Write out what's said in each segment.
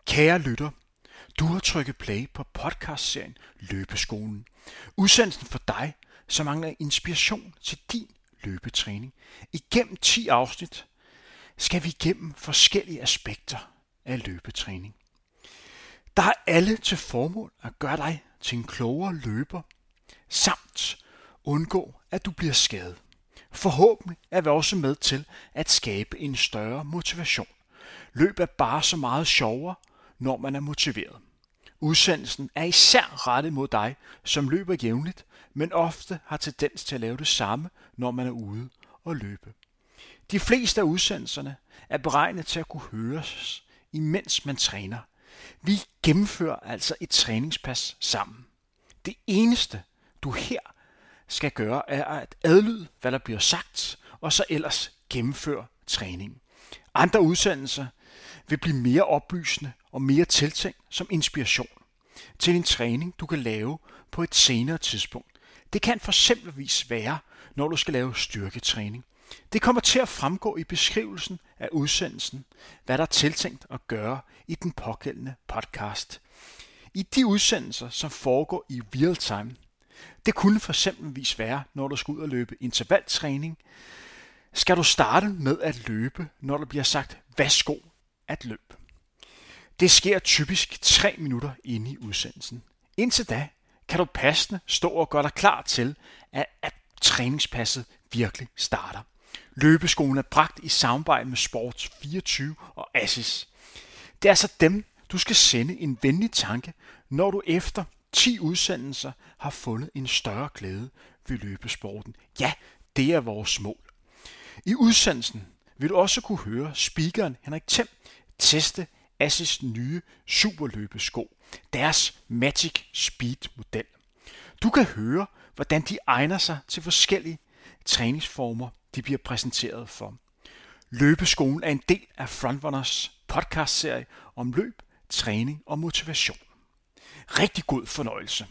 Kære lytter, du har trykket play på podcastserien Løbeskolen. Udsendelsen for dig, som mangler inspiration til din løbetræning. Igennem 10 afsnit skal vi igennem forskellige aspekter af løbetræning. Der er alle til formål at gøre dig til en klogere løber, samt undgå, at du bliver skadet. Forhåbentlig er vi også med til at skabe en større motivation. Løb er bare så meget sjovere, når man er motiveret. Udsendelsen er især rettet mod dig, som løber jævnligt, men ofte har tendens til at lave det samme, når man er ude og løbe. De fleste af udsendelserne er beregnet til at kunne høres, imens man træner. Vi gennemfører altså et træningspas sammen. Det eneste, du her skal gøre, er at adlyde, hvad der bliver sagt, og så ellers gennemføre træningen. Andre udsendelser vil blive mere oplysende og mere tiltænkt som inspiration til en træning, du kan lave på et senere tidspunkt. Det kan for eksempelvis være, når du skal lave styrketræning. Det kommer til at fremgå i beskrivelsen af udsendelsen, hvad der er tiltænkt at gøre i den pågældende podcast. I de udsendelser, som foregår i real time, det kunne for eksempelvis være, når du skal ud og løbe intervaltræning, skal du starte med at løbe, når der bliver sagt, værsgo at løbe. Det sker typisk 3 minutter inde i udsendelsen. Indtil da kan du passende stå og gøre dig klar til, at træningspasset virkelig starter. Løbeskolen er bragt i samarbejde med Sport24 og Asis. Det er altså dem, du skal sende en venlig tanke, når du efter 10 udsendelser har fundet en større glæde ved løbesporten. Ja, det er vores mål. I udsendelsen vil du også kunne høre speakeren Henrik Thiem teste Asis nye superløbesko, deres Magic Speed model. Du kan høre, hvordan de egner sig til forskellige træningsformer, de bliver præsenteret for. Løbeskolen er en del af Frontrunners podcastserie om løb, træning og motivation. Rigtig god fornøjelse.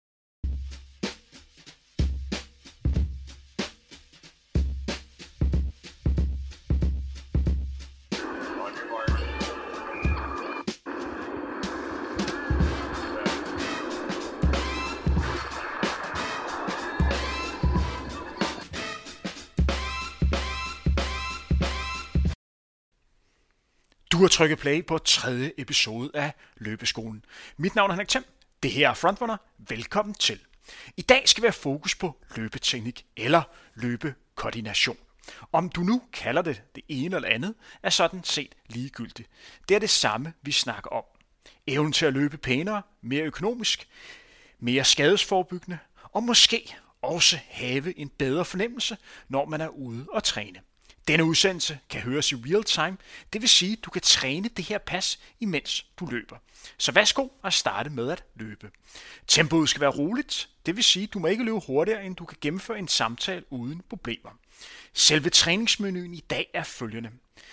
Du har trykket play på 3. episode af Løbeskolen. Mit navn er Henrik Thiem. Det her er Frontrunner. Velkommen til. I dag skal vi have fokus på løbeteknik eller løbekoordination. Om du nu kalder det ene eller andet, er sådan set ligegyldigt. Det er det samme, vi snakker om. Evnen til at løbe pænere, mere økonomisk, mere skadesforebyggende og måske også have en bedre fornemmelse, når man er ude og træne. Denne udsendelse kan høres i real time, det vil sige, at du kan træne det her pas, imens du løber. Så værsgo at starte med at løbe. Tempoet skal være roligt, det vil sige, at du må ikke løbe hurtigere, end du kan gennemføre en samtale uden problemer. Selve træningsmenuen i dag er følgende.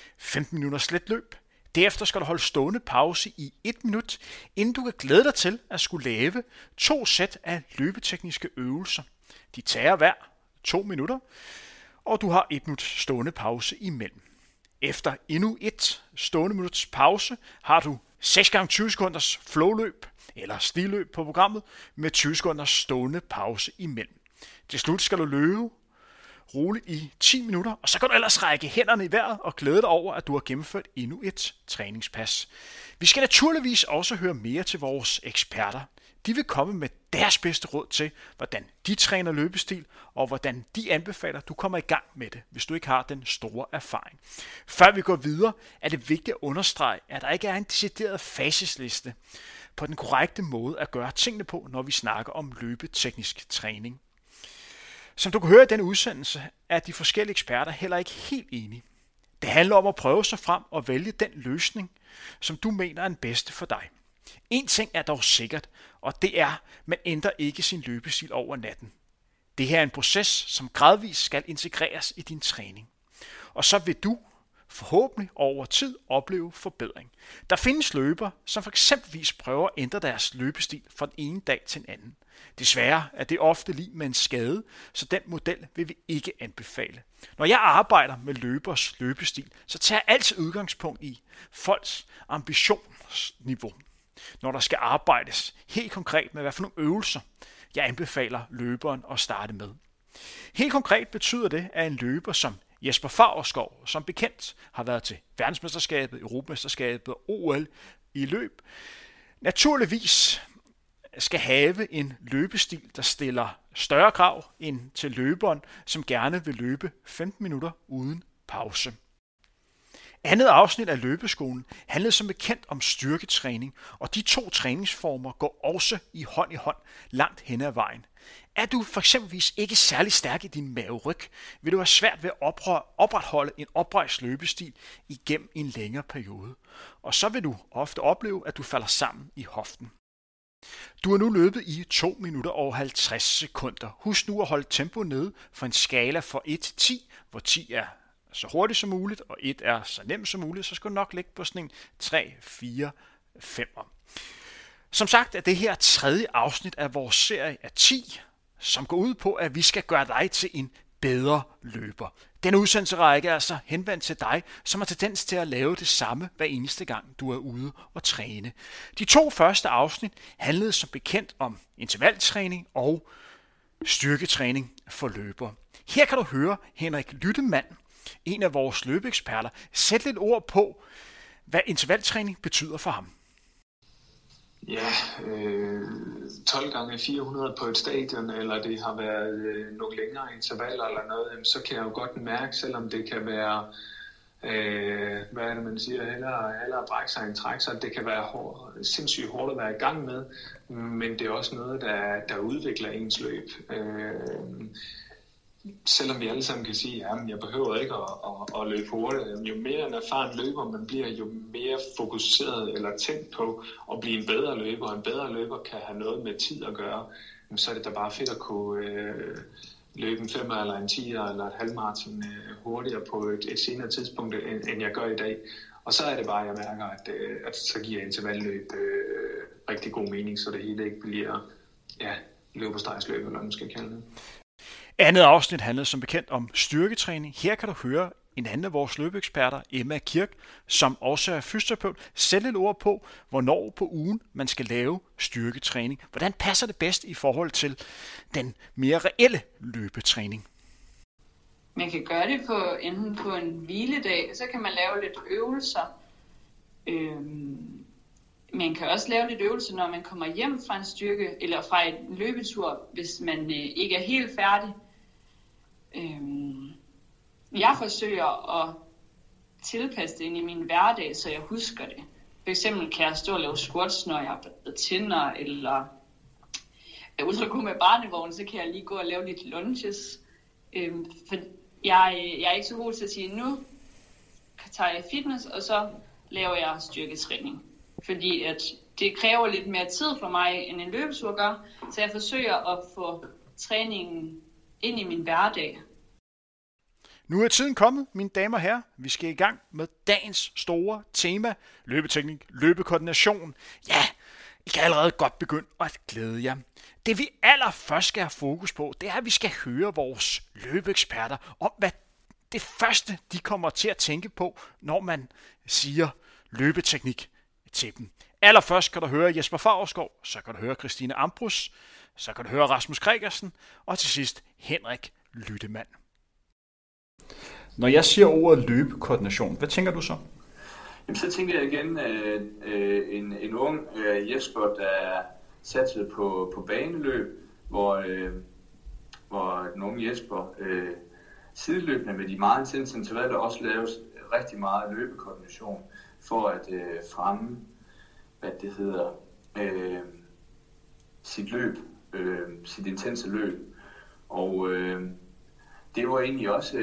15 minutter let løb. Derefter skal du holde stående pause i 1 minut, inden du kan glæde dig til at skulle lave 2 sæt af løbetekniske øvelser. De tager hver 2 minutter. Og du har 1 minut stående pause imellem. Efter endnu 1 stående minuts pause har du 6 gange 20 sekunders flowløb eller stilløb på programmet med 20 sekunders stående pause imellem. Til slut skal du løbe roligt i 10 minutter, og så kan du ellers række hænderne i vejret og glæde dig over, at du har gennemført endnu et træningspas. Vi skal naturligvis også høre mere til vores eksperter. De vil komme med deres bedste råd til, hvordan de træner løbestil, og hvordan de anbefaler, at du kommer i gang med det, hvis du ikke har den store erfaring. Før vi går videre, er det vigtigt at understrege, at der ikke er en decideret facisliste på den korrekte måde at gøre tingene på, når vi snakker om løbeteknisk træning. Som du kan høre i denne udsendelse, er de forskellige eksperter heller ikke helt enige. Det handler om at prøve sig frem og vælge den løsning, som du mener er den bedste for dig. En ting er dog sikkert, og det er, at man ændrer ikke sin løbestil over natten. Det her er en proces, som gradvist skal integreres i din træning. Og så vil du forhåbentlig over tid opleve forbedring. Der findes løbere, som for eksempelvis prøver at ændre deres løbestil fra den ene dag til en anden. Desværre er det ofte lig med en skade, så den model vil vi ikke anbefale. Når jeg arbejder med løbers løbestil, så tager jeg altid udgangspunkt i folks ambitionsniveau. Når der skal arbejdes helt konkret med, hvad for nogle øvelser jeg anbefaler løberen at starte med. Helt konkret betyder det, at en løber som Jesper Favrskov, som bekendt har været til verdensmesterskabet, Europamesterskabet og OL i løb, naturligvis skal have en løbestil, der stiller større krav end til løberen, som gerne vil løbe 15 minutter uden pause. Andet afsnit af løbeskolen handlede som bekendt om styrketræning, og de to træningsformer går også i hånd langt hen ad vejen. Er du for eksempelvis ikke særlig stærk i din maveryg, vil du have svært ved at opretholde en oprejst løbestil igennem en længere periode. Og så vil du ofte opleve, at du falder sammen i hoften. Du har nu løbet i 2 minutter og 50 sekunder. Husk nu at holde tempoet nede for en skala fra 1 til 10, hvor 10 er så hurtigt som muligt, og 1 er så nemt som muligt, så skal du nok ligge på sådan en 3, 4, 5. Som sagt er det her 3. afsnit af vores serie af 10, som går ud på, at vi skal gøre dig til en bedre løber. Denne udsendelserække er altså henvendt til dig, som har tendens til at lave det samme hver eneste gang, du er ude og træne. De 2 første afsnit handlede som bekendt om intervaltræning og styrketræning for løbere. Her kan du høre Henrik Lyttemand, en af vores løbeeksperter, sætte lidt ord på, hvad intervaltræning betyder for ham. Ja, 12 gange 400 på et stadion, eller det har været nogle længere intervaller eller noget, så kan jeg jo godt mærke, selvom det kan være, hvad er det man siger, hellere brække sig end trække sig, det kan være sindssygt hårdt at være i gang med, men det er også noget, der udvikler ens løb. Selvom vi alle sammen kan sige, at jeg behøver ikke at løbe hurtigt. Jo mere en erfaren løber man bliver, jo mere fokuseret eller tænkt på at blive en bedre løber. En bedre løber kan have noget med tid at gøre. Så er det da bare fedt at kunne løbe en 5 eller en 10 eller et halvmaraton hurtigere på et senere tidspunkt, end jeg gør i dag. Og så er det bare, at jeg mærker, at så giver intervalløb rigtig god mening, så det hele ikke bliver løberstregsløb, eller hvad man skal kalde det. Andet afsnit handlede som bekendt om styrketræning. Her kan du høre en anden af vores løbeeksperter, Emma Kirk, som også er fysioterapeut, sætte lidt ord på, hvornår på ugen man skal lave styrketræning. Hvordan passer det bedst i forhold til den mere reelle løbetræning? Man kan gøre det enten på en hviledag, så kan man lave lidt øvelser. Man kan også lave lidt øvelser, når man kommer hjem fra en styrke eller fra en løbetur, hvis man ikke er helt færdig. Jeg forsøger at tilpasse det ind i min hverdag, så jeg husker det. For eksempel kan jeg stå og lave squats, når jeg er blevet tænder, eller er ude at gå med barnevogn, så kan jeg lige gå og lave lidt lunges. For jeg er ikke så god til at sige, nu tager jeg fitness, og så laver jeg styrketræning. Fordi at det kræver lidt mere tid for mig, end en løbetur gør, så jeg forsøger at få træningen ind i min hverdag. Nu er tiden kommet, mine damer og herrer. Vi skal i gang med dagens store tema, løbeteknik, løbekoordination. Ja, I kan allerede godt begynde at glæde jer. Det vi allerførst skal have fokus på, det er, at vi skal høre vores løbeeksperter om, hvad det første, de kommer til at tænke på, når man siger løbeteknik til dem. Allerførst kan du høre Jesper Favrskov, så kan du høre Christine Ambrus, så kan du høre Rasmus Gregersen, og til sidst Henrik Lyttemand. Når jeg siger ordet løbekoordination, hvad tænker du så? Jamen, så tænker jeg igen en ung Jesper, der satsede på baneløb, hvor den unge Jesper sideløbende med de meget intense intervaller også laves rigtig meget løbekoordination for at fremme, sit løb, sit intense løb. Og det var egentlig også,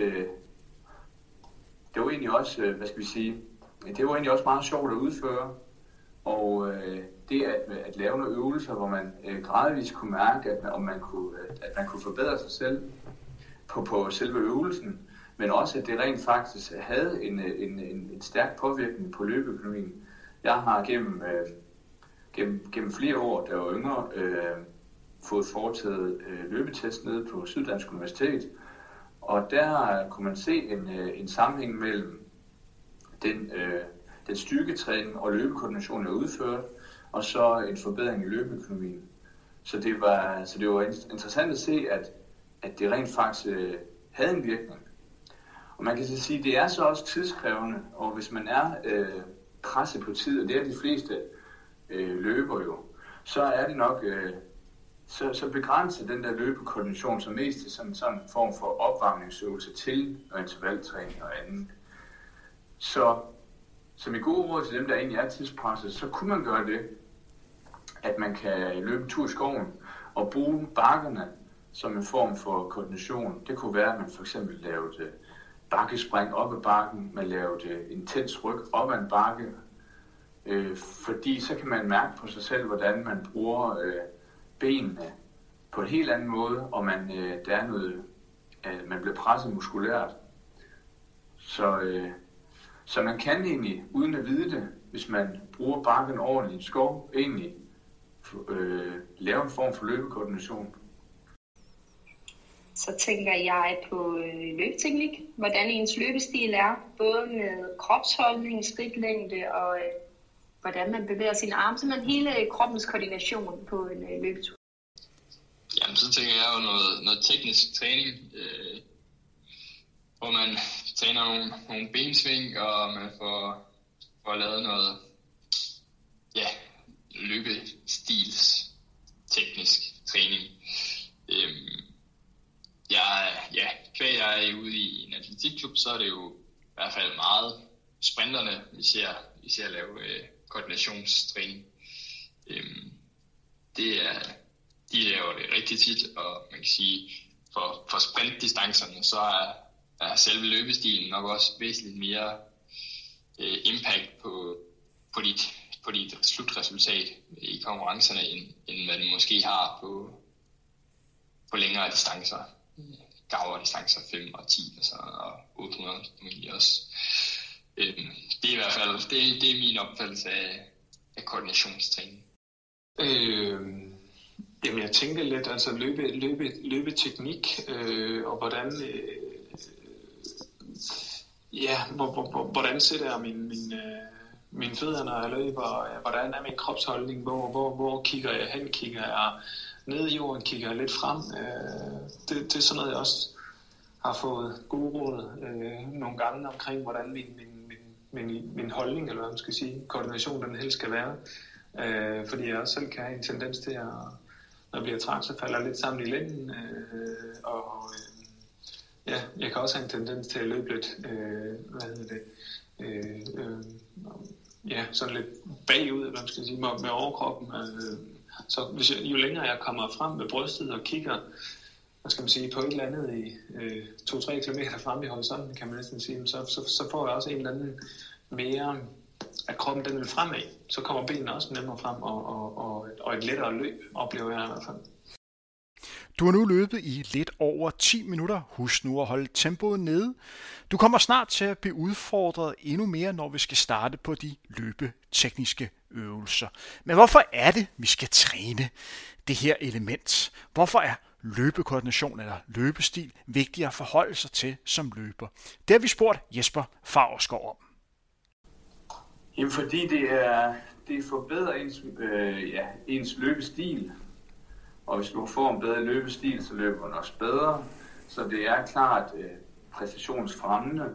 hvad skal vi sige, det var egentlig også meget sjovt at udføre. Og det at lave nogle øvelser, hvor man gradvist kunne mærke, at man kunne forbedre sig selv på selve øvelsen, men også at det rent faktisk havde en stærk påvirkning på løbeøkonomien. Jeg har gennem flere år, der var yngre, fået foretaget løbetest nede på Syddansk Universitet, og der kunne man se en sammenhæng mellem den styrketræning og løbekoordination, jeg udførte, og så en forbedring i løbeøkonomien. Så det var interessant at se, at det rent faktisk havde en virkning. Og man kan så sige, at det er så også tidskrævende, og hvis man er presset på tid, og det er de fleste løber jo, så er det nok, så begrænser den der løbekoordination som mest til sådan en form for opvarmningsøvelse til og intervaltræning og andet. Så som i gode råd til dem, der egentlig er tidspresset, så kunne man gøre det, at man kan løbe en tur i skoven og bruge bakkerne som en form for koordination. Det kunne være, at man for eksempel lavede bakkespring op ad bakken, man lavede intens ryg op ad en bakke, fordi så kan man mærke på sig selv, hvordan man bruger benene på en helt anden måde, og man bliver presset muskulært. Så man kan egentlig, uden at vide det, hvis man bruger bakken ordentligt i skov, egentlig lave en form for løbekoordination. Så tænker jeg på løbeteknik, hvordan ens løbestil er, både med kropsholdning, skridtlængde og hvordan man bevæger sine arme, simpelthen hele kroppens koordination på en løbetur. Jamen, så tænker jeg jo noget teknisk træning, hvor man træner nogle bensving, og man får lavet noget løbestils teknisk træning. Kvæg jeg er ude i en atletikklub, så er det jo i hvert fald meget sprinterne, vi ser lave koordinationstræning. De laver det rigtig tit, og man kan sige, for sprintdistancerne, så er selve løbestilen nok også væsentligt mere impact på dit slutresultat i konkurrencerne, end man måske har på længere distancer. Gavre-distancer 5 og 10 og 800 også. Det er i hvert fald det er min opfattelse af koordinationstræning. Jamen jeg tænker lidt, altså løbeteknik, og hvordan hvordan sætter jeg mine fødder, når jeg løber, hvordan er min kropsholdning, hvor kigger jeg hen, kigger jeg ned i jorden, kigger jeg lidt frem. Det er sådan noget, jeg også har fået gode råd nogle gange omkring, hvordan min holdning, eller hvad man skal sige, koordination, den helst skal være. Fordi jeg også selv kan have en tendens til at, når jeg bliver træt, så falder jeg lidt sammen i lænden, jeg kan også have en tendens til at løbe lidt, sådan lidt bagud, eller hvad man skal sige, med overkroppen. Så jo længere jeg kommer frem med brystet og kigger, hvad skal man sige, på et eller andet i 2-3 kilometer frem i horisonten, kan man næsten sige, så får jeg også en eller anden mere, at kroppen den vil fremad. Så kommer benene også nemmere frem, og et lettere løb, oplever jeg i hvert fald. Du har nu løbet i lidt over 10 minutter. Husk nu at holde tempoet nede. Du kommer snart til at blive udfordret endnu mere, når vi skal starte på de løbetekniske øvelser. Men hvorfor er det, vi skal træne det her element? Hvorfor er løbekoordination eller løbestil vigtigt at forholde sig til som løber? Det har vi spurgt Jesper Faurskov om. Jamen fordi det forbedrer ens løbestil. Og hvis du får en bedre løbestil, så løber man også bedre. Så det er klart præstationsfremmende.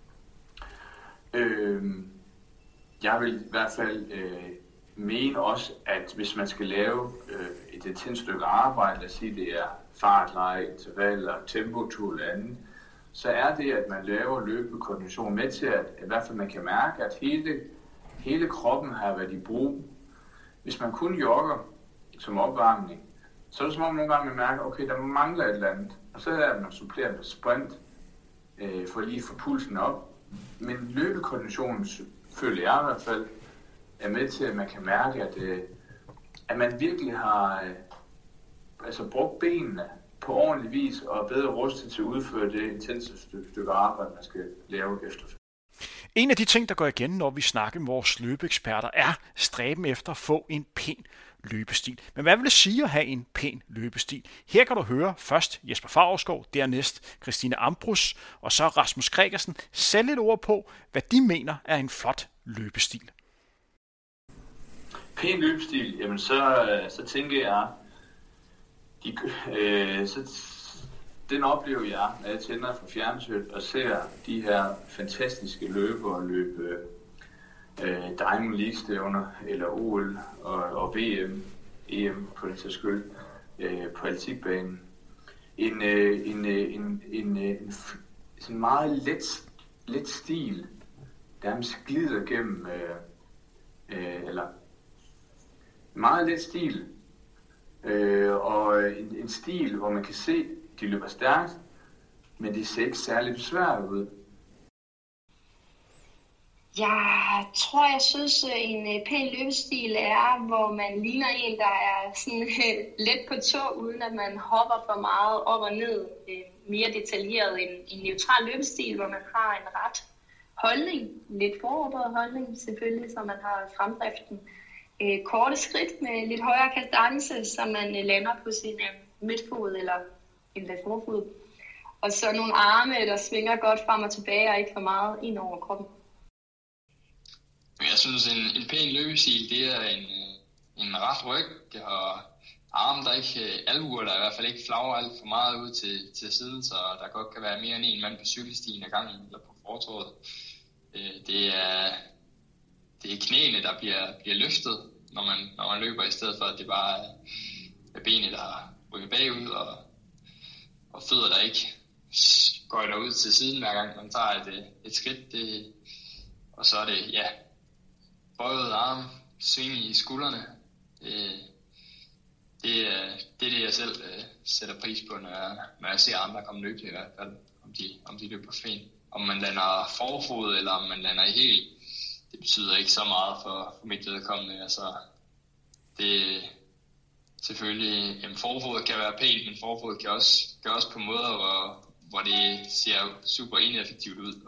Jeg vil i hvert fald mene også, at hvis man skal lave et intenst stykke arbejde, lad os sige det er fartleje, intervaller, tempotur eller andet, så er det, at man laver løbekoordination med til, at i hvert fald man kan mærke, at hele kroppen har været i brug. Hvis man kun jogger som opvarmning, så er det som om nogle gange man mærker, okay, der mangler et eller andet. Og så er man supplerer med sprint, for lige at få pulsen op. Men løbekoordinationen, føler jeg i hvert fald, er med til, at man kan mærke, at man virkelig har brugt benene på ordentlig vis og bedre rustet til at udføre det intensive stykke arbejde, man skal lave efterfølgende. En af de ting, der går igen, når vi snakker med vores løbeeksperter, er stræben efter at få en pæn løbestil. Men hvad vil det sige at have en pæn løbestil? Her kan du høre først Jesper Favrskov, dernæst Christine Ambrus, og så Rasmus Gregersen sætte lidt ord på, hvad de mener er en flot løbestil. Pæn løbestil, jamen så tænker jeg, den oplever jeg, når jeg tænder for fjernsynet og ser de her fantastiske løbere løbe Diamond League-stævner, eller OL og VM, EM på den sags skyld, på atletikbanen. En sådan meget let stil, der glider gennem, eller meget let stil, og en stil, hvor man kan se, de løber stærkt, men det ser ikke særlig besværligt ud. Jeg tror, jeg synes, en pæn løbestil er, hvor man ligner en, der er sådan let på tå, uden at man hopper for meget op og ned. Mere detaljeret en neutral løbestil, hvor man har en ret holdning, lidt foroverbøjet holdning selvfølgelig, så man har fremdriften. Korte skridt med lidt højere kadence, så man lander på sin midtfod eller en lidt forfod. Og så nogle arme, der svinger godt frem og tilbage og ikke for meget ind over kroppen. Jeg synes, en pæn løbestil, det er en ret ryg og arme, der ikke, albuer, der i hvert fald ikke flagrer alt for meget ud til siden, så der godt kan være mere end en mand på cykelstien ad gangen eller på fortovet. Det er knæene, der bliver løftet, når man løber, i stedet for at det bare er benene, der rykker bagud, og fødder, der ikke går derud til siden hver gang man tager et skridt. Og så er det, bøjet arm, sving i skuldrene. Det er det, jeg selv sætter pris på, når jeg ser andre komme løbende, i hvert fald, om de løber fint. Om man lander forfod, eller om man lander i helt, det betyder ikke så meget for mit vedkommende. Altså, det selvfølgelig, forfod kan være pænt, men forfod kan også på måder, hvor det ser super ineffektivt ud.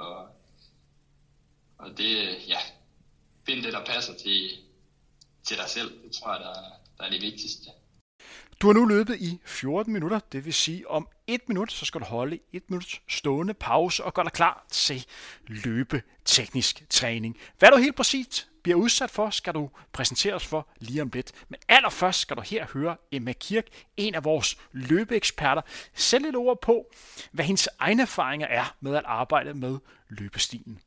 Og det, find det, der passer til dig selv. Det tror jeg, der er det vigtigste. Du har nu løbet i 14 minutter, det vil sige om 1 minut, så skal du holde 1 minuts stående pause og gøre dig klar til løbeteknisk træning. Hvad du helt præcist bliver udsat for, skal du præsenteres for lige om lidt. Men allerførst skal du her høre Emma Kirk, en af vores løbeeksperter, sætte lidt ord på, hvad hendes egne erfaringer er med at arbejde med løbestilen.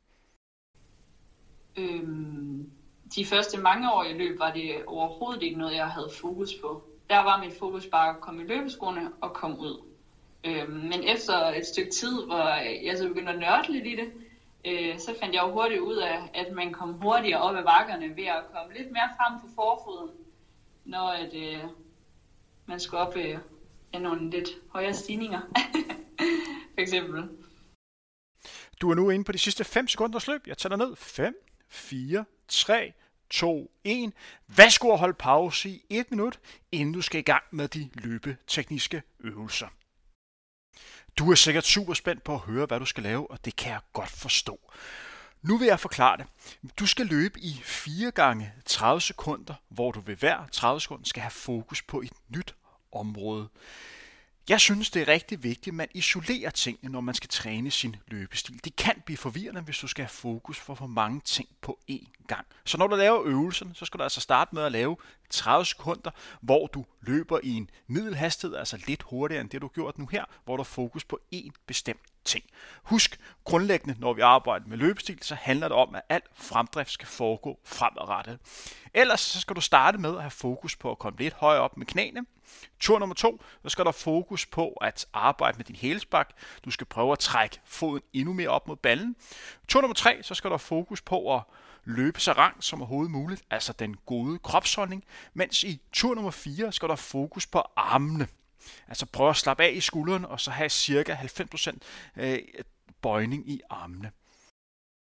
De første mange år i løb var det overhovedet ikke noget, jeg havde fokus på. Der var mit fokus bare at komme i løbeskoene og komme ud. Men efter et stykke tid, hvor jeg så begyndte at nørde lidt i det, så fandt jeg jo hurtigt ud af, at man kom hurtigere op ad bakkerne ved at komme lidt mere frem på forfoden, når man skal op af nogle lidt højere stigninger, for eksempel. Du er nu inde på de sidste 5 sekunders løb. Jeg tæller ned. 5, 4, 3, 2, 1. Værsgo at holde pause i 1 minut, inden du skal i gang med de løbetekniske øvelser. Du er sikkert super spændt på at høre, hvad du skal lave, og det kan jeg godt forstå. Nu vil jeg forklare det. Du skal løbe i 4 gange 30 sekunder, hvor du ved hver 30 sekunder skal have fokus på et nyt område. Jeg synes, det er rigtig vigtigt, at man isolerer tingene, når man skal træne sin løbestil. Det kan blive forvirrende, hvis du skal have fokus for mange ting på én gang. Så når du laver øvelserne, så skal du altså starte med at lave 30 sekunder, hvor du løber i en middelhastighed, altså lidt hurtigere end det, du har gjort nu her, hvor du har fokus på én bestemt ting. Husk, grundlæggende, når vi arbejder med løbestil, så handler det om, at al fremdrift skal foregå fremadrettet. Ellers så skal du starte med at have fokus på at komme lidt højere op med knæene. Tur nummer 2, så skal der fokus på at arbejde med din hælsbak. Du skal prøve at trække foden endnu mere op mod ballen. Tur nummer 3, så skal der fokus på at løbe så rangt som overhovedet muligt, altså den gode kropsholdning. Mens i tur nummer 4 skal der fokus på armene. Altså prøv at slappe af i skulderen, og så have cirka 90% bøjning i armene.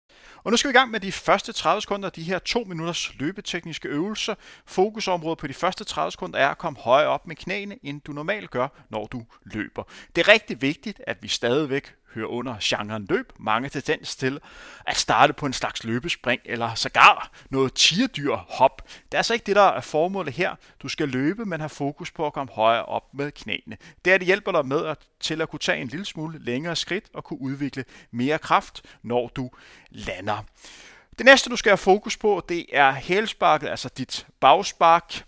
Og nu skal vi i gang med de første 30 sekunder, de her 2 minutters løbetekniske øvelser. Fokusområdet på de første 30 sekunder er at komme højere op med knæene, end du normalt gør, når du løber. Det er rigtig vigtigt, at vi stadigvæk hører under genren løb. Mange tendens til at starte på en slags løbespring eller sågar noget tigerdyr-hop. Det er altså ikke det, der er formålet her. Du skal løbe, men have fokus på at komme højere op med knæene. Det hjælper dig med til at kunne tage en lille smule længere skridt og kunne udvikle mere kraft, når du lander. Det næste, du skal have fokus på, det er hælsparket, altså dit bagspark.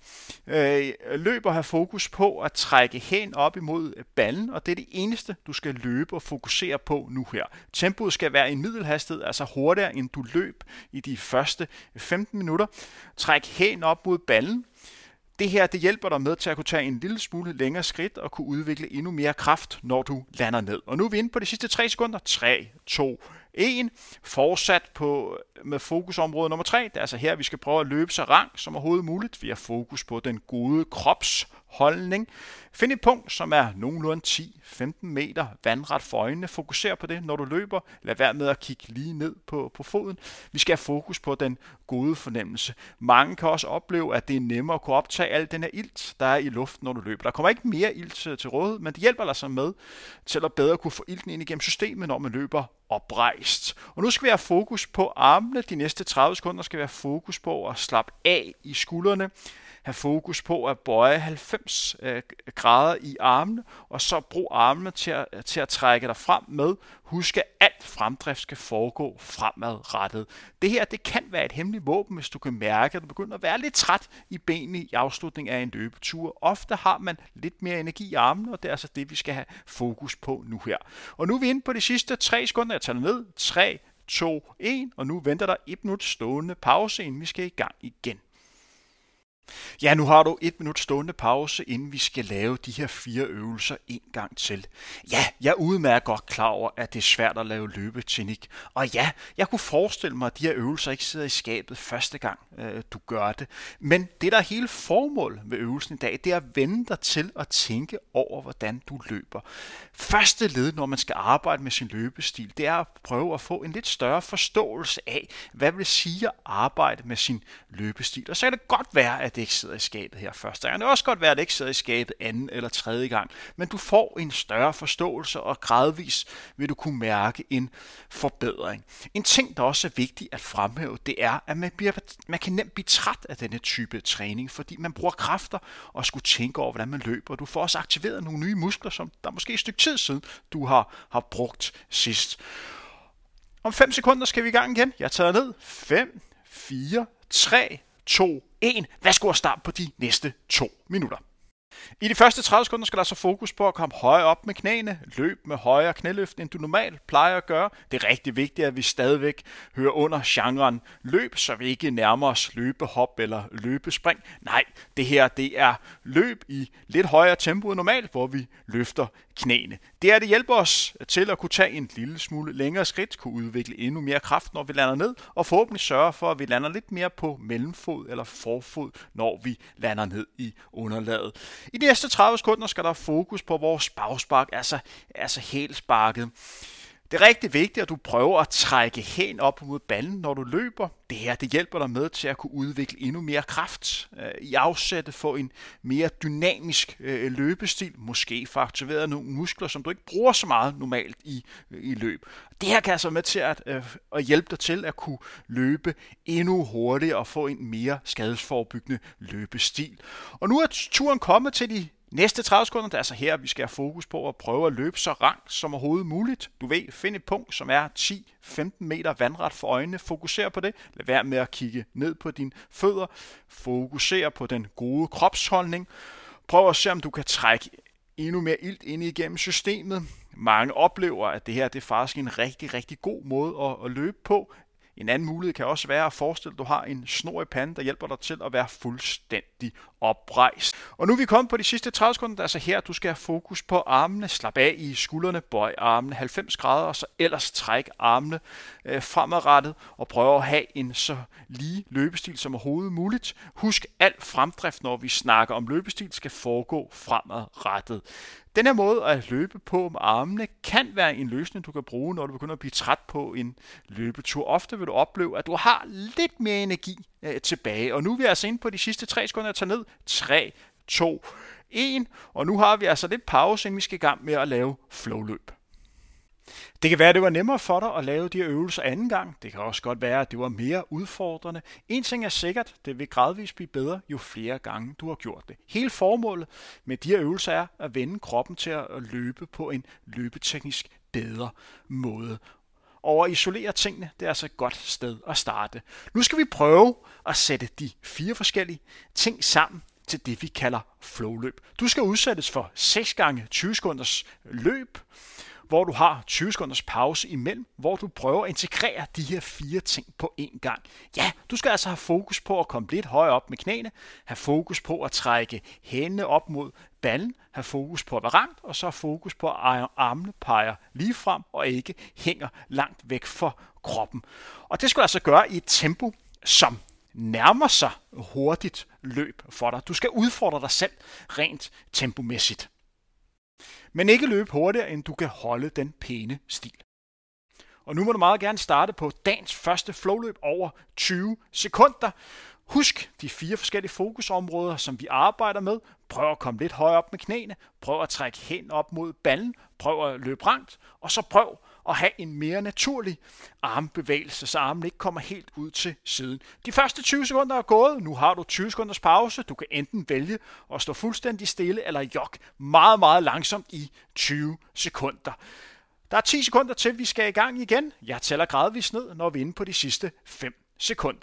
Løb og have fokus på at trække hælen op imod ballen, og det er det eneste, du skal løbe og fokusere på nu her. Tempoet skal være i middelhastighed, altså hurtigere end du løb i de første 15 minutter. Træk hælen op mod ballen. Det her, det hjælper dig med til at kunne tage en lille smule længere skridt og kunne udvikle endnu mere kraft, når du lander ned. Og nu er vi inde på de sidste 3 sekunder. 3, 2, 1. Fortsat med fokusområde nummer 3. Det er altså her, vi skal prøve at løbe så rank som overhovedet muligt. Vi har fokus på den gode kropsholdning. Find et punkt, som er nogenlunde 10-15 meter vandret for øjnene. Fokuser på det, når du løber. Lad være med at kigge lige ned på foden. Vi skal have fokus på den gode fornemmelse. Mange kan også opleve, at det er nemmere at kunne optage al den her ilt, der er i luften, når du løber. Der kommer ikke mere ilt til rådighed, men det hjælper dig så med til at bedre kunne få ilten ind igennem systemet, når man løber oprejst. Og nu skal vi have fokus på armene. De næste 30 sekunder skal vi have fokus på at slappe af i skuldrene. Have fokus på at bøje 90 grader i armene, og så brug armene til at trække dig frem med. Husk, at alt fremdrift skal foregå fremadrettet. Det her, det kan være et hemmeligt våben, hvis du kan mærke, at du begynder at være lidt træt i benene i afslutningen af en løbetur. Ofte har man lidt mere energi i armene, og det er altså det, vi skal have fokus på nu her. Og nu er vi inde på de sidste 3 sekunder. Jeg tager ned. 3, 2, 1, og nu venter der 1 minut stående pause, inden vi skal i gang igen. Ja, nu har du 1 minut stående pause, inden vi skal lave de her 4 øvelser en gang til. Ja, jeg er udmærket godt klar over, at det er svært at lave løbeteknik. Og ja, jeg kunne forestille mig, at de her øvelser ikke sidder i skabet første gang, du gør det. Men det, der er hele formålet med øvelsen i dag, det er at vende dig til at tænke over, hvordan du løber. Første led, når man skal arbejde med sin løbestil, det er at prøve at få en lidt større forståelse af, hvad vil sige at arbejde med sin løbestil. Og så kan det godt være, at det ikke sidder i skabet her første gang. Det kan også godt være, at det ikke sidder i skabet anden eller tredje gang. Men du får en større forståelse, og gradvis vil du kunne mærke en forbedring. En ting, der også er vigtig at fremhæve, det er, at man kan nemt blive træt af denne type træning, fordi man bruger kræfter og skulle tænke over, hvordan man løber. Du får også aktiveret nogle nye muskler, som der måske et stykke tid siden, du har brugt sidst. Om 5 sekunder skal vi i gang igen. Jeg tager ned. 5, 4, 3, 2, 1. Værsgo at starte på de næste 2 minutter. I de første 30 sekunder skal der så fokus på at komme højere op med knæene, løb med højere knæløft, end du normalt plejer at gøre. Det er rigtig vigtigt, at vi stadigvæk hører under genren løb, så vi ikke nærmer os løbehop eller løbespring. Nej, det her det er løb i lidt højere tempo end normalt, hvor vi løfter knæene. Det hjælper os til at kunne tage en lille smule længere skridt, kunne udvikle endnu mere kraft, når vi lander ned, og forhåbentlig sørge for, at vi lander lidt mere på mellemfod eller forfod, når vi lander ned i underlaget. I de næste 30 sekunder skal der fokus på vores bagspark, altså hælsparket. Det er rigtig vigtigt, at du prøver at trække hælen op mod ballen, når du løber. Det her det hjælper dig med til at kunne udvikle endnu mere kraft i afsættet for en mere dynamisk løbestil. Måske få aktiveret nogle muskler, som du ikke bruger så meget normalt i løb. Det her kan altså med til at hjælpe dig til at kunne løbe endnu hurtigere og få en mere skadesforebyggende løbestil. Og nu er turen kommet til de næste 30 sekunder, det er altså her, vi skal have fokus på at prøve at løbe så rank som overhovedet muligt. Du ved, find et punkt, som er 10-15 meter vandret for øjnene. Fokuser på det. Lad være med at kigge ned på dine fødder. Fokuser på den gode kropsholdning. Prøv at se, om du kan trække endnu mere ilt ind igennem systemet. Mange oplever, at det her det er faktisk en rigtig, rigtig god måde at løbe på. En anden mulighed kan også være at forestille, at du har en snor i panden, der hjælper dig til at være fuldstændig oprejst. Og nu er vi kommet på de sidste 30 sekunder, der er så her, du skal have fokus på armene. Slap af i skuldrene, bøj armene 90 grader, og så ellers træk armene fremadrettet, og prøv at have en så lige løbestil som overhovedet muligt. Husk, alt fremdrift, når vi snakker om løbestil, skal foregå fremadrettet. Den her måde at løbe på med armene kan være en løsning, du kan bruge, når du begynder at blive træt på en løbetur. Ofte vil du opleve, at du har lidt mere energi tilbage. Og nu er vi altså inde på de sidste 3 sekunder at tage ned. 3, 2, 1. Og nu har vi altså lidt pause, inden vi skal i gang med at lave flowløb. Det kan være, at det var nemmere for dig at lave de her øvelser anden gang. Det kan også godt være, at det var mere udfordrende. En ting er sikkert, det vil gradvist blive bedre, jo flere gange du har gjort det. Hele formålet med de her øvelser er at vende kroppen til at løbe på en løbeteknisk bedre måde. Og at isolere tingene, det er altså et godt sted at starte. Nu skal vi prøve at sætte de 4 forskellige ting sammen til det, vi kalder flowløb. Du skal udsættes for 6 gange 20 sekunders løb, hvor du har 20 sekunders pause imellem, hvor du prøver at integrere de her 4 ting på én gang. Ja, du skal altså have fokus på at komme lidt højere op med knæene, have fokus på at trække hælene op mod ballen, have fokus på at være rangt, og så have fokus på at armene peger lige frem og ikke hænger langt væk fra kroppen. Og det skal du altså gøre i et tempo, som nærmer sig hurtigt løb for dig. Du skal udfordre dig selv rent tempomæssigt. Men ikke løbe hurtigere, end du kan holde den pæne stil. Og nu må du meget gerne starte på dagens første flowløb over 20 sekunder. Husk de 4 forskellige fokusområder, som vi arbejder med. Prøv at komme lidt højere op med knæene. Prøv at trække hænderne op mod ballen. Prøv at løbe rangt. Og så prøv at have en mere naturlig armbevægelse, så armen ikke kommer helt ud til siden. De første 20 sekunder er gået. Nu har du 20 sekunders pause. Du kan enten vælge at stå fuldstændig stille eller jogge meget, meget langsomt i 20 sekunder. Der er 10 sekunder til, vi skal i gang igen. Jeg tæller gradvist ned, når vi er inde på de sidste 5 sekunder.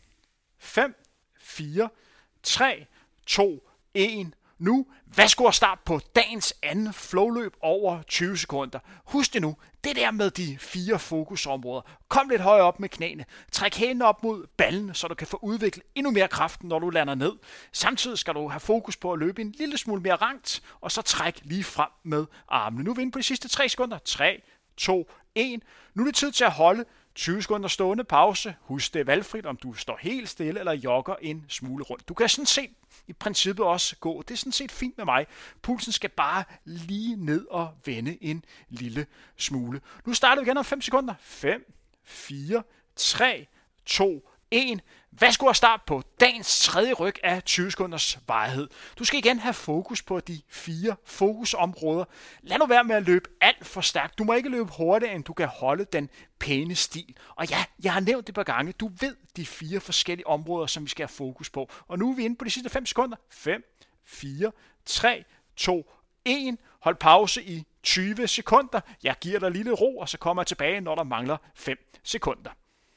5, 4, 3, 2, 1. Nu, værsgo at starte på dagens anden flowløb over 20 sekunder. Husk det nu, det der med de 4 fokusområder. Kom lidt højere op med knæene. Træk hælene op mod ballen, så du kan få udviklet endnu mere kraft, når du lander ned. Samtidig skal du have fokus på at løbe en lille smule mere rangt, og så træk lige frem med armene. Nu er vi inde på de sidste 3 sekunder. 3, 2, 1. Nu er det tid til at holde 20 sekunder stående pause. Husk, det er valgfrit, om du står helt stille eller jogger en smule rundt. Du kan sådan set i princippet også gå. Det er sådan set fint med mig. Pulsen skal bare lige ned og vende en lille smule. Nu starter vi igen om 5 sekunder. 5, 4, 3, 2, 1. Værsgo at starte på dagens tredje ryg af 20 sekunders varighed. Du skal igen have fokus på de 4 fokusområder. Lad nu være med at løbe alt for stærkt. Du må ikke løbe hurtigere, end du kan holde den pæne stil. Og ja, jeg har nævnt det et par gange. Du ved de 4 forskellige områder, som vi skal have fokus på. Og nu er vi inde på de sidste 5 sekunder. 5, 4, 3, 2, 1. Hold pause i 20 sekunder. Jeg giver dig lille ro, og så kommer jeg tilbage, når der mangler 5 sekunder.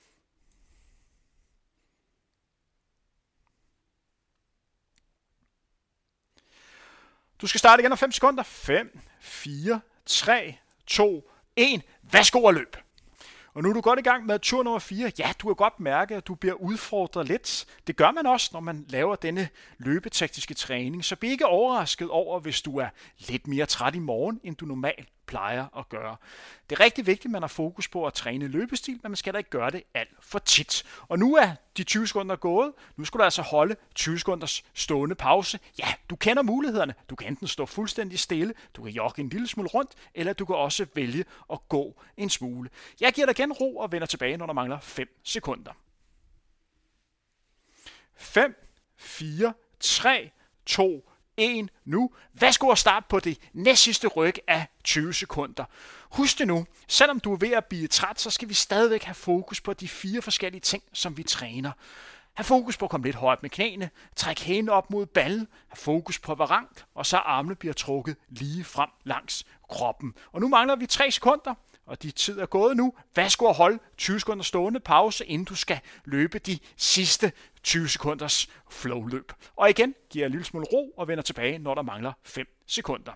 Du skal starte igen om 5 sekunder. 5, 4, 3, 2, 1. Værsgo at løb. Og nu er du godt i gang med tur nummer 4. Ja, du kan godt mærke, at du bliver udfordret lidt. Det gør man også, når man laver denne løbetekniske træning. Så bliv ikke overrasket over, hvis du er lidt mere træt i morgen, end du normalt plejer at gøre. Det er rigtig vigtigt, at man har fokus på at træne løbestil, men man skal da ikke gøre det alt for tit. Og nu er de 20 sekunder gået. Nu skal du altså holde 20 sekunders stående pause. Ja, du kender mulighederne. Du kan enten stå fuldstændig stille, du kan jogge en lille smule rundt, eller du kan også vælge at gå en smule. Jeg giver dig igen ro og vender tilbage, når der mangler 5 sekunder. 5, 4, 3, 2, 1 nu. Værsgo at starte på det næstsidste ryg af 20 sekunder. Husk det nu, selvom du er ved at blive træt, så skal vi stadigvæk have fokus på de 4 forskellige ting, som vi træner. Ha' fokus på at komme lidt højt med knæene, træk hælene op mod ballen, ha' fokus på at være rangt, og så armene bliver trukket lige frem langs kroppen. Og nu mangler vi 3 sekunder, og de tid er gået nu. Værsgo at holde 20 sekunder stående pause, inden du skal løbe de sidste 20 sekunders flowløb. Og igen giver jeg en lille smule ro og vender tilbage, når der mangler 5 sekunder.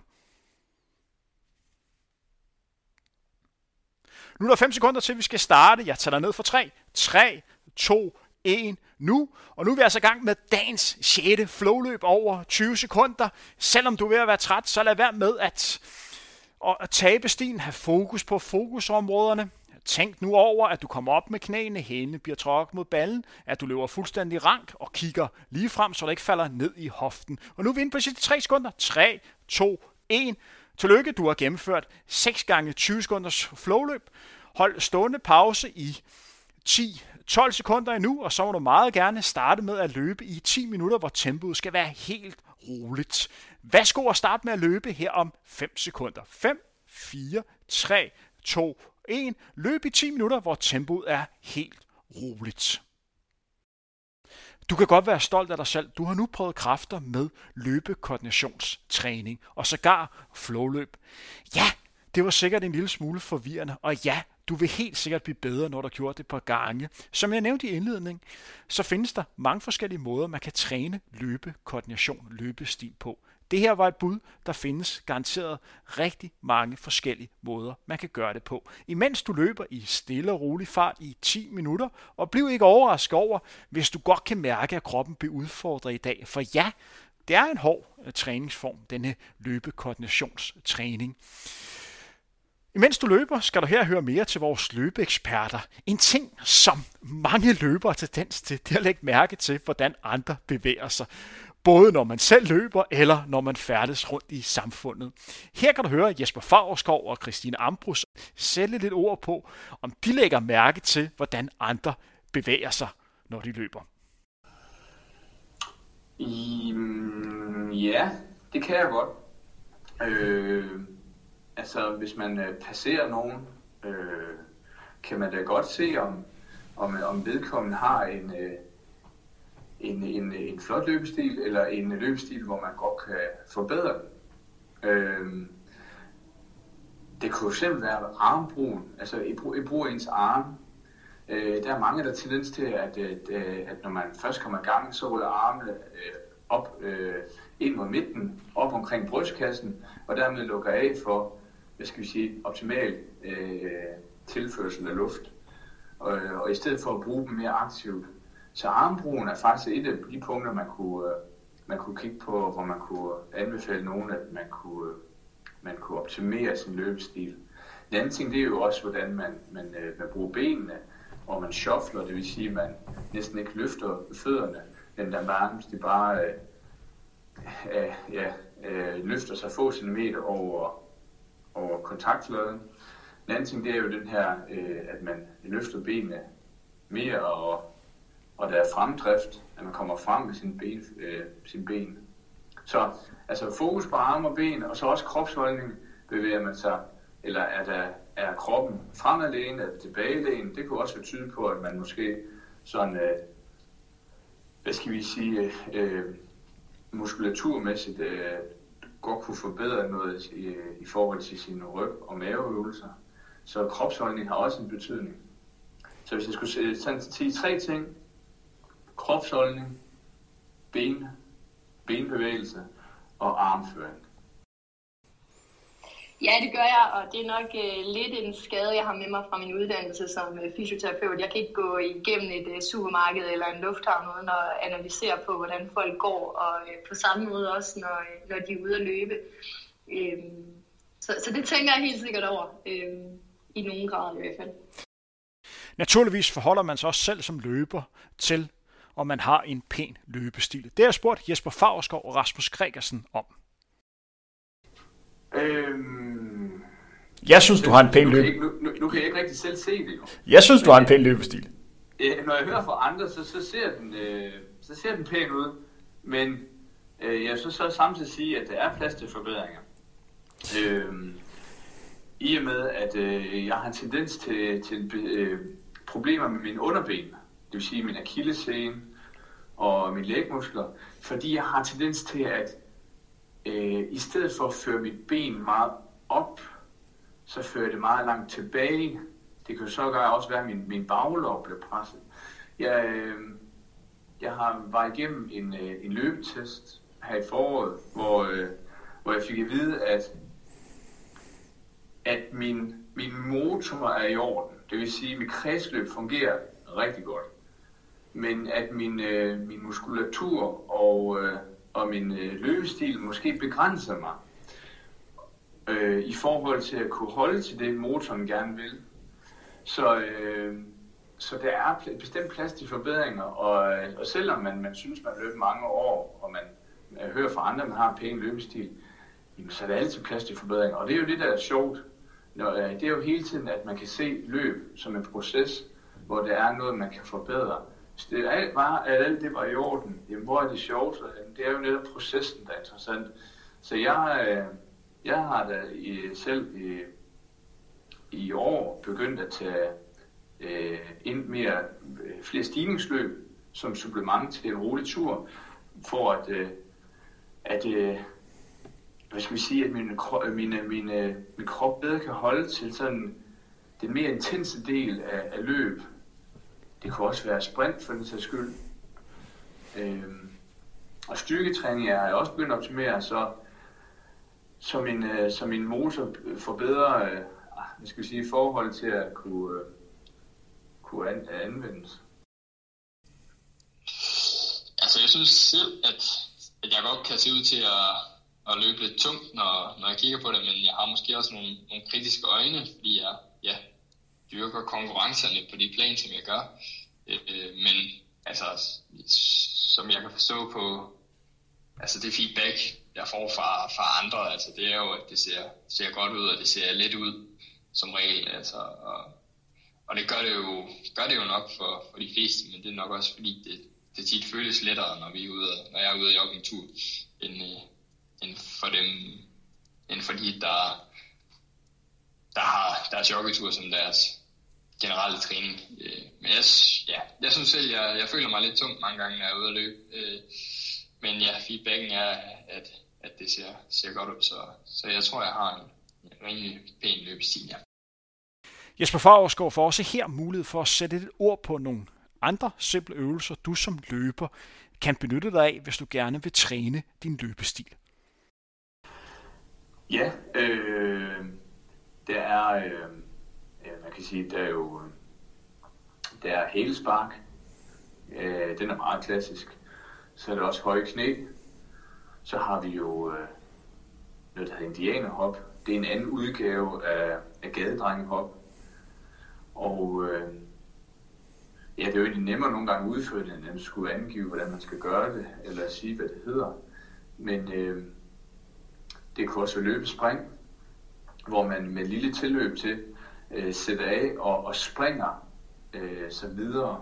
Nu er der 5 sekunder til, vi skal starte. Jeg tæller ned for 3. 3, 2, 1 nu. Og nu er vi altså i gang med dagens 6. flowløb over 20 sekunder. Selvom du er ved at være træt, så lad være med at tabe stien. Have fokus på fokusområderne. Tænk nu over, at du kommer op med knæene, hælene bliver trukket mod ballen, at du løber fuldstændig rank og kigger lige frem, så du ikke falder ned i hoften. Og nu er vi inde på de sidste 3 sekunder. 3, 2, 1. Tillykke, du har gennemført 6 gange 20 sekunders flowløb. Hold stående pause i 10-12 sekunder endnu, og så må du meget gerne starte med at løbe i 10 minutter, hvor tempoet skal være helt roligt. Værsgo at starte med at løbe her om 5 sekunder. 5, 4, 3, 2, 1. Løb i 10 minutter, hvor tempoet er helt roligt. Du kan godt være stolt af dig selv. Du har nu prøvet kræfter med løbekoordinationstræning og sågar flowløb. Ja, det var sikkert en lille smule forvirrende, og ja, du vil helt sikkert blive bedre, når du har gjort det et par gange. Som jeg nævnte i indledningen, så findes der mange forskellige måder, man kan træne løbekoordination, løbestil på. Det her var et bud, der findes garanteret rigtig mange forskellige måder, man kan gøre det på. Imens du løber i stille og rolig fart i 10 minutter, og bliv ikke overrasket over, hvis du godt kan mærke, at kroppen bliver udfordret i dag. For ja, det er en hård træningsform, denne løbekoordinationstræning. Imens du løber, skal du her høre mere til vores løbeeksperter. En ting, som mange løbere har tendens til, det er at lægge mærke til, hvordan andre bevæger sig. Både når man selv løber, eller når man færdes rundt i samfundet. Her kan du høre Jesper Favrskov og Christine Ambrus sætte lidt ord på, om de lægger mærke til, hvordan andre bevæger sig, når de løber. Ja, det kan jeg godt. Altså, hvis man passerer nogen, kan man da godt se, om vedkommende har en flot løbestil, eller en løbestil, hvor man godt kan forbedre den. Det kunne simpelthen være armbrugen, altså i brug af ens arme. Der er mange, der har tendens til, at når man først kommer i gang, så ruller armene op ind mod midten, op omkring brystkassen, og dermed lukker af for, optimal tilførsel af luft. Og i stedet for at bruge dem mere aktivt. Så armbrugen er faktisk et af de punkter, man kunne kigge på, hvor man kunne anbefale nogen, at man kunne optimere sin løbestil. Den anden ting, det er jo også, hvordan man bruger benene, og man shuffler, det vil sige, at man næsten ikke løfter fødderne, men de bare løfter sig få centimeter over kontaktfladen. Den anden ting, det er jo den her, at man løfter benene mere, og der er fremdrift, at man kommer frem med sine ben. Så altså fokus på arme og ben, og så også kropsholdning, bevæger man sig, eller er kroppen fremadlænet, eller tilbagelænet. Det kunne også betyde på, at man måske sådan, muskulaturmæssigt godt kunne forbedre noget i forhold til sine ryg- og maveøvelser. Så kropsholdning har også en betydning. Så hvis jeg skulle sige 3 ting: kropsholdning, benbevægelse og armføring. Ja, det gør jeg, og det er nok lidt en skade, jeg har med mig fra min uddannelse som fysioterapeut. Jeg kan ikke gå igennem et supermarked eller en lufthavn uden at analysere på, hvordan folk går, og på samme måde også, når de er ude at løbe. Så det tænker jeg helt sikkert over, i nogen grad i hvert fald. Naturligvis forholder man sig også selv som løber til, om man har en pæn løbestil. Det har jeg spurgt Jesper Favrskov og Rasmus Gregersen om. Jeg synes, du har en pæn løbestil. Nu kan jeg ikke rigtig selv se det. Jeg synes, du har en pæn løbestil. Når jeg hører fra andre, så ser den pæn ud. Men jeg synes så samtidig sige, at der er plads til forbedringer. I og med, at jeg har en tendens til problemer med mine underben, det vil sige min akillessene og mine lægmuskler, fordi jeg har tendens til at i stedet for at føre mit ben meget op, så fører det meget langt tilbage. Det kan jo så også være, at min baglov bliver presset. Jeg var igennem en løbetest her i foråret, hvor jeg fik at vide, at min motor er i orden. Det vil sige, at mit kredsløb fungerer rigtig godt. Men at min muskulatur og min løbestil måske begrænser mig i forhold til at kunne holde til det, motoren gerne vil. Så der er bestemt plads til forbedringer, og selvom man synes, man løber mange år, og man hører fra andre, man har en pæn løbestil, jamen, så er der altid plads til forbedringer. Og det er jo det, der er sjovt. Det er jo hele tiden, at man kan se løb som en proces, hvor der er noget, man kan forbedre. Hvis det er bare, at alt det var i orden, jamen, hvor er det sjovt? Det er jo netop processen, der er interessant. Så jeg har da selv i år begyndt at tage flere stigningsløb som supplement til en rolig tur, for at hvad skal vi sige, at min krop bedre kan holde til sådan den mere intense del af løb. Det kan også være sprint for den sags skyld. Og styrketræning er jeg også begyndt at optimere, så min motor får bedre hvad skal vi sige, forhold til at kunne anvendes. Altså jeg synes selv, at jeg godt kan se ud til at løbe lidt tungt, når jeg kigger på det, men jeg har måske også nogle kritiske øjne, fordi jeg dyrker konkurrencerne på de plan, som jeg gør. Men altså, som jeg kan forstå på altså det feedback, jeg får fra andre, altså det er jo, at det ser godt ud, og det ser let ud som regel. Altså, og det gør det jo nok for de fleste, men det er nok også fordi, det tit føles lettere, når jeg er ude og jogge en tur, end for dem, end for de, der har joggetur som deres generelle træning. Men jeg synes selv, jeg føler mig lidt tung mange gange, når jeg er ude at løbe. Men ja, feedbacken er, at det ser godt ud, så jeg tror, jeg har en rimelig pæn løbestil, ja. Jesper Favrskov får også her mulighed for at sætte et ord på nogle andre simple øvelser, du som løber kan benytte dig af, hvis du gerne vil træne din løbestil. Ja, der er, man kan sige, der er hælespark. Den er meget klassisk. Så er der også høje knæ. Så har vi jo noget, der hedder indianerhop. Det er en anden udgave af gadedrengehop. Og det er jo egentlig nemmere nogle gange at udføre det, end at skulle angive, hvordan man skal gøre det, eller sige, hvad det hedder. Men det kan også være løbespring, hvor man med lille tilløb til sætter af og springer så videre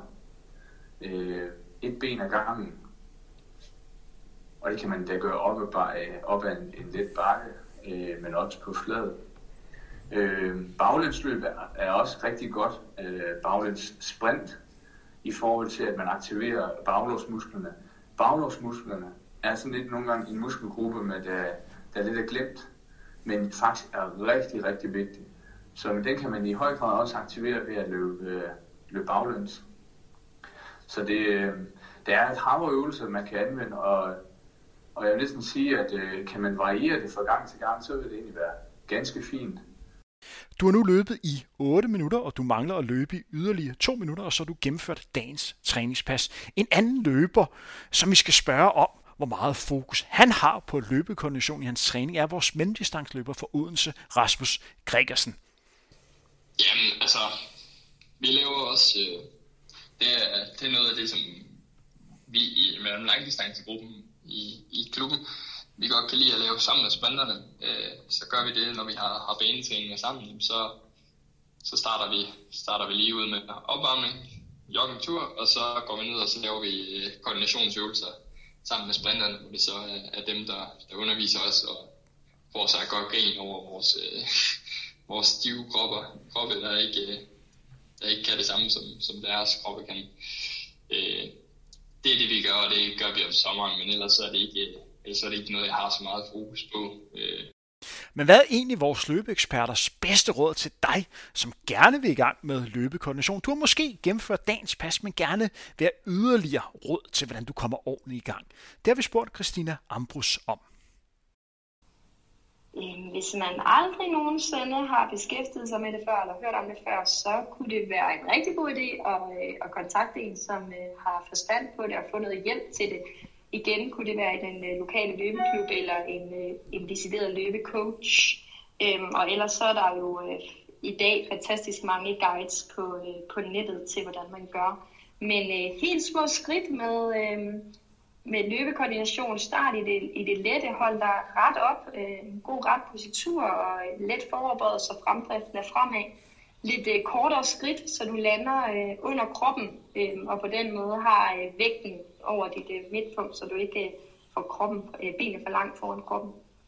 et ben ad gangen. Og det kan man da gøre op ad en let bakke, men også på flad. Baglændsløb er også rigtig godt. Baglæns sprint i forhold til, at man aktiverer baglårsmusklerne. Baglårsmusklerne er sådan lidt nogle gange en muskelgruppe, der lidt er glemt, men faktisk er rigtig, rigtig vigtig. Så den kan man i høj grad også aktivere ved at løbe baglæns. Så der er et hav af øvelser, man kan anvende, og jeg vil næsten sige, at kan man variere det fra gang til gang, så vil det egentlig være ganske fint. Du har nu løbet i 8 minutter, og du mangler at løbe i yderligere 2 minutter, og så har du gennemført dagens træningspas. En anden løber, som vi skal spørge om, hvor meget fokus han har på løbekoordination i hans træning, er vores mellemdistanceløber fra Odense, Rasmus Gregersen. Jamen, altså, vi laver også, det er noget af det, som vi i mellemlangdistancegruppen i klubben, vi godt kan lide at lave sammen med sprinterne. Så gør vi det, når vi har banetræninger sammen, så starter vi lige ud med opvarmning, joggingtur, og så går vi ned, og så laver vi koordinationsøvelser sammen med sprinterne, hvor det så er dem, der underviser os og får sig godt grin over vores stive kroppe, der ikke kan det samme, som deres kroppe kan. Det er det, vi gør, og det gør vi om sommeren, men ellers så er det ikke noget, jeg har så meget fokus på. Men hvad er egentlig vores løbeeksperters bedste råd til dig, som gerne vil i gang med løbekoordination? Du har måske gennemført dagens pas, men gerne vil have yderligere råd til, hvordan du kommer ordentligt i gang. Det har vi spurgt Christina Ambrus om. Hvis man aldrig nogensinde har beskæftiget sig med det før, eller hørt om det før, så kunne det være en rigtig god idé at kontakte en, som har forstand på det og få noget hjælp til det. Igen kunne det være i den lokale løbeklub eller en decideret løbecoach. Og ellers så er der jo i dag fantastisk mange guides på nettet til, hvordan man gør. Men helt små skridt med løbekoordination, start i det lette, hold dig ret op, en god ret positur og let forberedelse og fremdriften er fremad. Lidt kortere skridt, så du lander under kroppen, og på den måde har vægten over dit midtpunkt, så du ikke får benet for langt foran kroppen.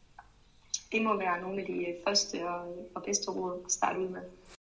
Det må være nogle af de første og bedste råd at starte ud med.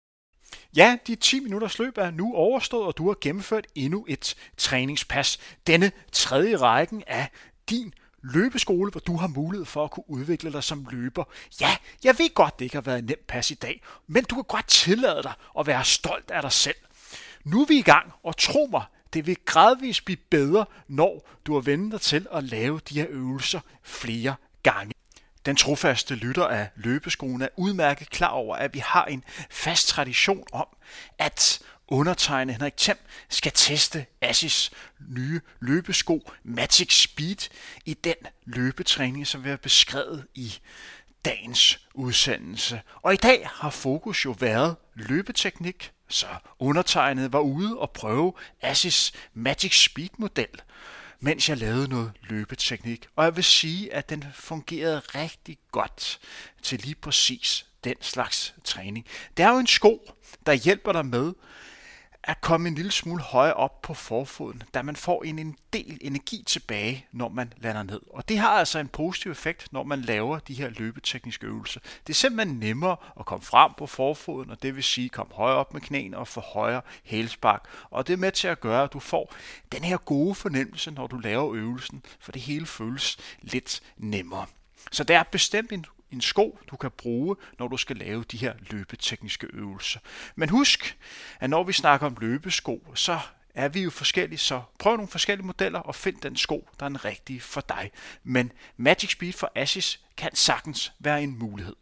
Ja, de 10 minutters løb er nu overstået, og du har gennemført endnu et træningspas. Denne tredje rækken af din løbeskole, hvor du har mulighed for at kunne udvikle dig som løber. Ja, jeg ved godt, det ikke har været en nem pas i dag, men du kan godt tillade dig at være stolt af dig selv. Nu er vi i gang, og tro mig, det vil gradvist blive bedre, når du har vendt dig til at lave de her øvelser flere gange. Den trofaste lytter af løbeskolen er udmærket klar over, at vi har en fast tradition om, at undertegnede Henrik Them skal teste Asics nye løbesko Magic Speed i den løbetræning, som vi har beskrevet i dagens udsendelse. Og i dag har fokus jo været løbeteknik, så undertegnede var ude og prøve Asics Magic Speed model, mens jeg lavede noget løbeteknik. Og jeg vil sige, at den fungerede rigtig godt til lige præcis den slags træning. Det er jo en sko, der hjælper dig med at komme en lille smule højere op på forfoden, da man får en del energi tilbage, når man lander ned. Og det har altså en positiv effekt, når man laver de her løbetekniske øvelser. Det er simpelthen nemmere at komme frem på forfoden, og det vil sige komme højere op med knæene og få højere hælspark. Og det er med til at gøre, at du får den her gode fornemmelse, når du laver øvelsen, for det hele føles lidt nemmere. Så det er bestemt en sko, du kan bruge, når du skal lave de her løbetekniske øvelser. Men husk, at når vi snakker om løbesko, så er vi jo forskellige, så prøv nogle forskellige modeller og find den sko, der er den rigtige for dig. Men Magic Speed for Asics kan sagtens være en mulighed.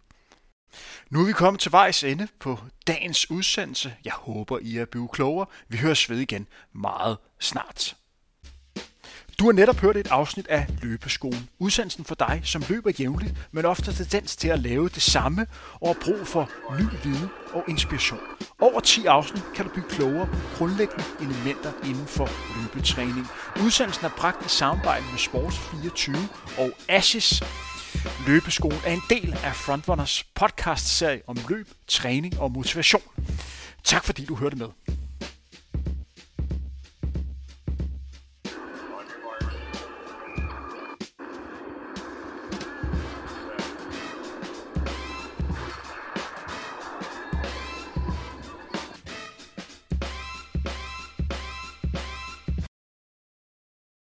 Nu er vi kommet til vejs ende på dagens udsendelse. Jeg håber, I er blevet klogere. Vi høres ved igen meget snart. Du har netop hørt et afsnit af Løbeskolen. Udsendelsen for dig, som løber jævnligt, men ofte tendens til at lave det samme og har brug for ny viden og inspiration. Over 10 afsnit kan du blive klogere på grundlæggende elementer inden for løbetræning. Udsendelsen er bragt i samarbejde med Sports24 og Asics. Løbeskolen er en del af Frontrunners podcast-serie om løb, træning og motivation. Tak fordi du hørte med.